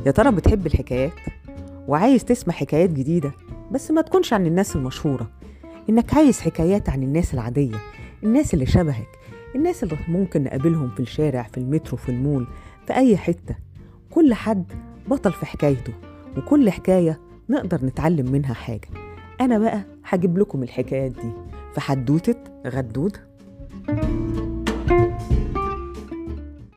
يا ترى بتحب الحكايات وعايز تسمع حكايات جديدة بس ما تكونش عن الناس المشهورة؟ إنك عايز حكايات عن الناس العادية، الناس اللي شبهك، الناس اللي ممكن نقابلهم في الشارع، في المترو، في المول، في أي حتة. كل حد بطل في حكايته، وكل حكاية نقدر نتعلم منها حاجة. أنا بقى هجيب لكم الحكايات دي في حدوتة غدودة.